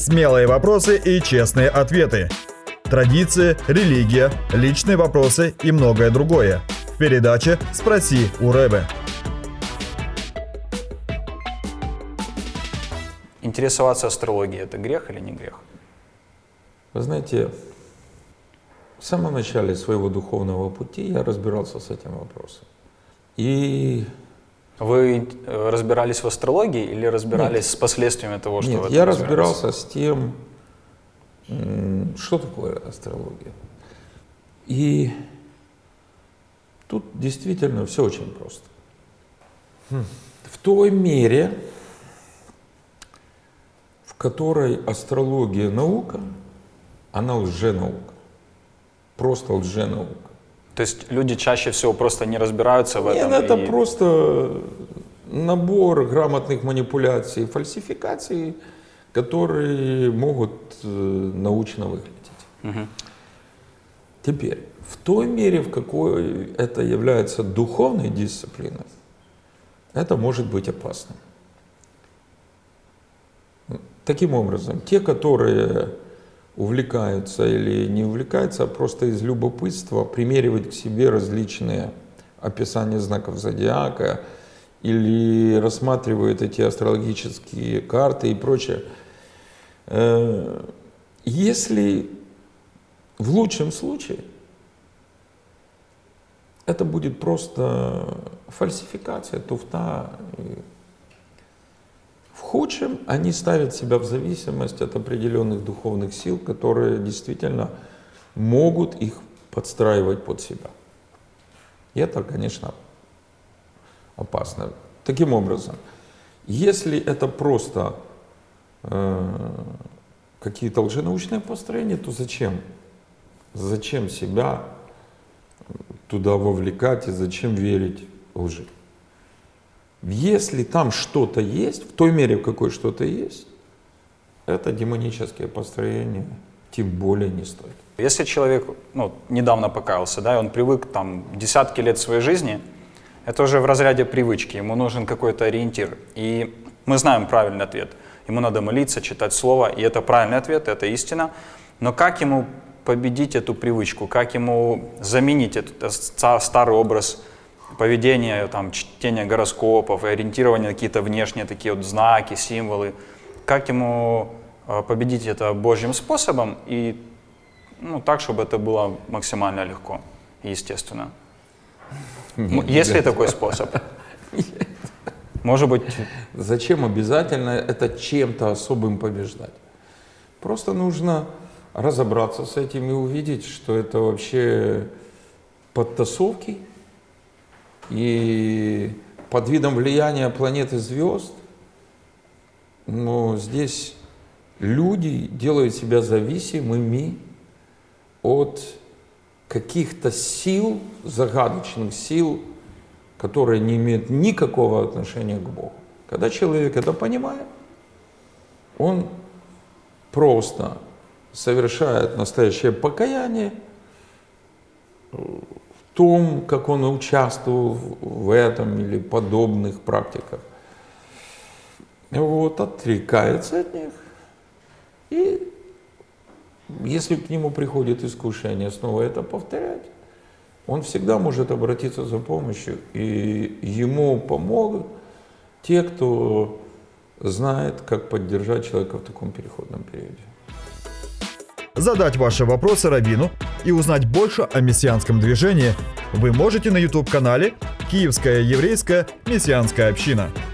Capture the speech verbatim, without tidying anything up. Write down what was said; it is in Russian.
Смелые вопросы и честные ответы. Традиции, религия, личные вопросы и многое другое. В передаче «Спроси у Рэбе». Интересоваться астрологией – это грех или не грех? Вы знаете, в самом начале своего духовного пути я разбирался с этим вопросом. И... Вы разбирались в астрологии или разбирались Нет. с последствиями того, что Нет, вы я разбирался с тем, что такое астрология. И тут действительно все очень просто. Хм. В той мере, в которой астрология наука, она лженаука. Просто лженаука. То есть люди чаще всего просто не разбираются в этом? Нет, это и... просто набор грамотных манипуляций, фальсификаций, которые могут научно выглядеть. Угу. Теперь, в той мере, в какой это является духовной дисциплиной, это может быть опасным. Таким образом, те, которые увлекаются или не увлекаются, а просто из любопытства примеривать к себе различные описания знаков зодиака или рассматривают эти астрологические карты и прочее. Если в лучшем случае это будет просто фальсификация, туфта. В худшем они ставят себя в зависимость от определенных духовных сил, которые действительно могут их подстраивать под себя. И это, конечно, опасно. Таким образом, если это просто э, какие-то лженаучные построения, то зачем? Зачем себя туда вовлекать и зачем верить лжи? Если там что-то есть, в той мере, в какой что-то есть, это демонические построения тем более не стоит. Если человек ну, недавно покаялся, да, и он привык там десятки лет своей жизни, это уже в разряде привычки, ему нужен какой-то ориентир. И мы знаем правильный ответ. Ему надо молиться, читать слово, и это правильный ответ, это истина. Но как ему победить эту привычку, как ему заменить этот старый образ поведения, там, чтения гороскопов и ориентирования на какие-то внешние такие вот знаки, символы, как ему победить это Божьим способом и ну, так, чтобы это было максимально легко и естественно. Нет, Есть ли такой способ? Нет. Может быть... Зачем обязательно это чем-то особым побеждать? Просто нужно разобраться с этим и увидеть, что это вообще подтасовки, и под видом влияния планеты звезд, но здесь люди делают себя зависимыми от каких-то сил, загадочных сил, которые не имеют никакого отношения к Богу. Когда человек это понимает, он просто совершает настоящее покаяние в том, как он участвовал в этом или подобных практиках. Вот, отрекается от них. И если к нему приходит искушение снова это повторять, он всегда может обратиться за помощью, и ему помогут те, кто знает, как поддержать человека в таком переходном периоде. Задать ваши вопросы раввину и узнать больше о мессианском движении вы можете на YouTube-канале «Киевская еврейская мессианская община».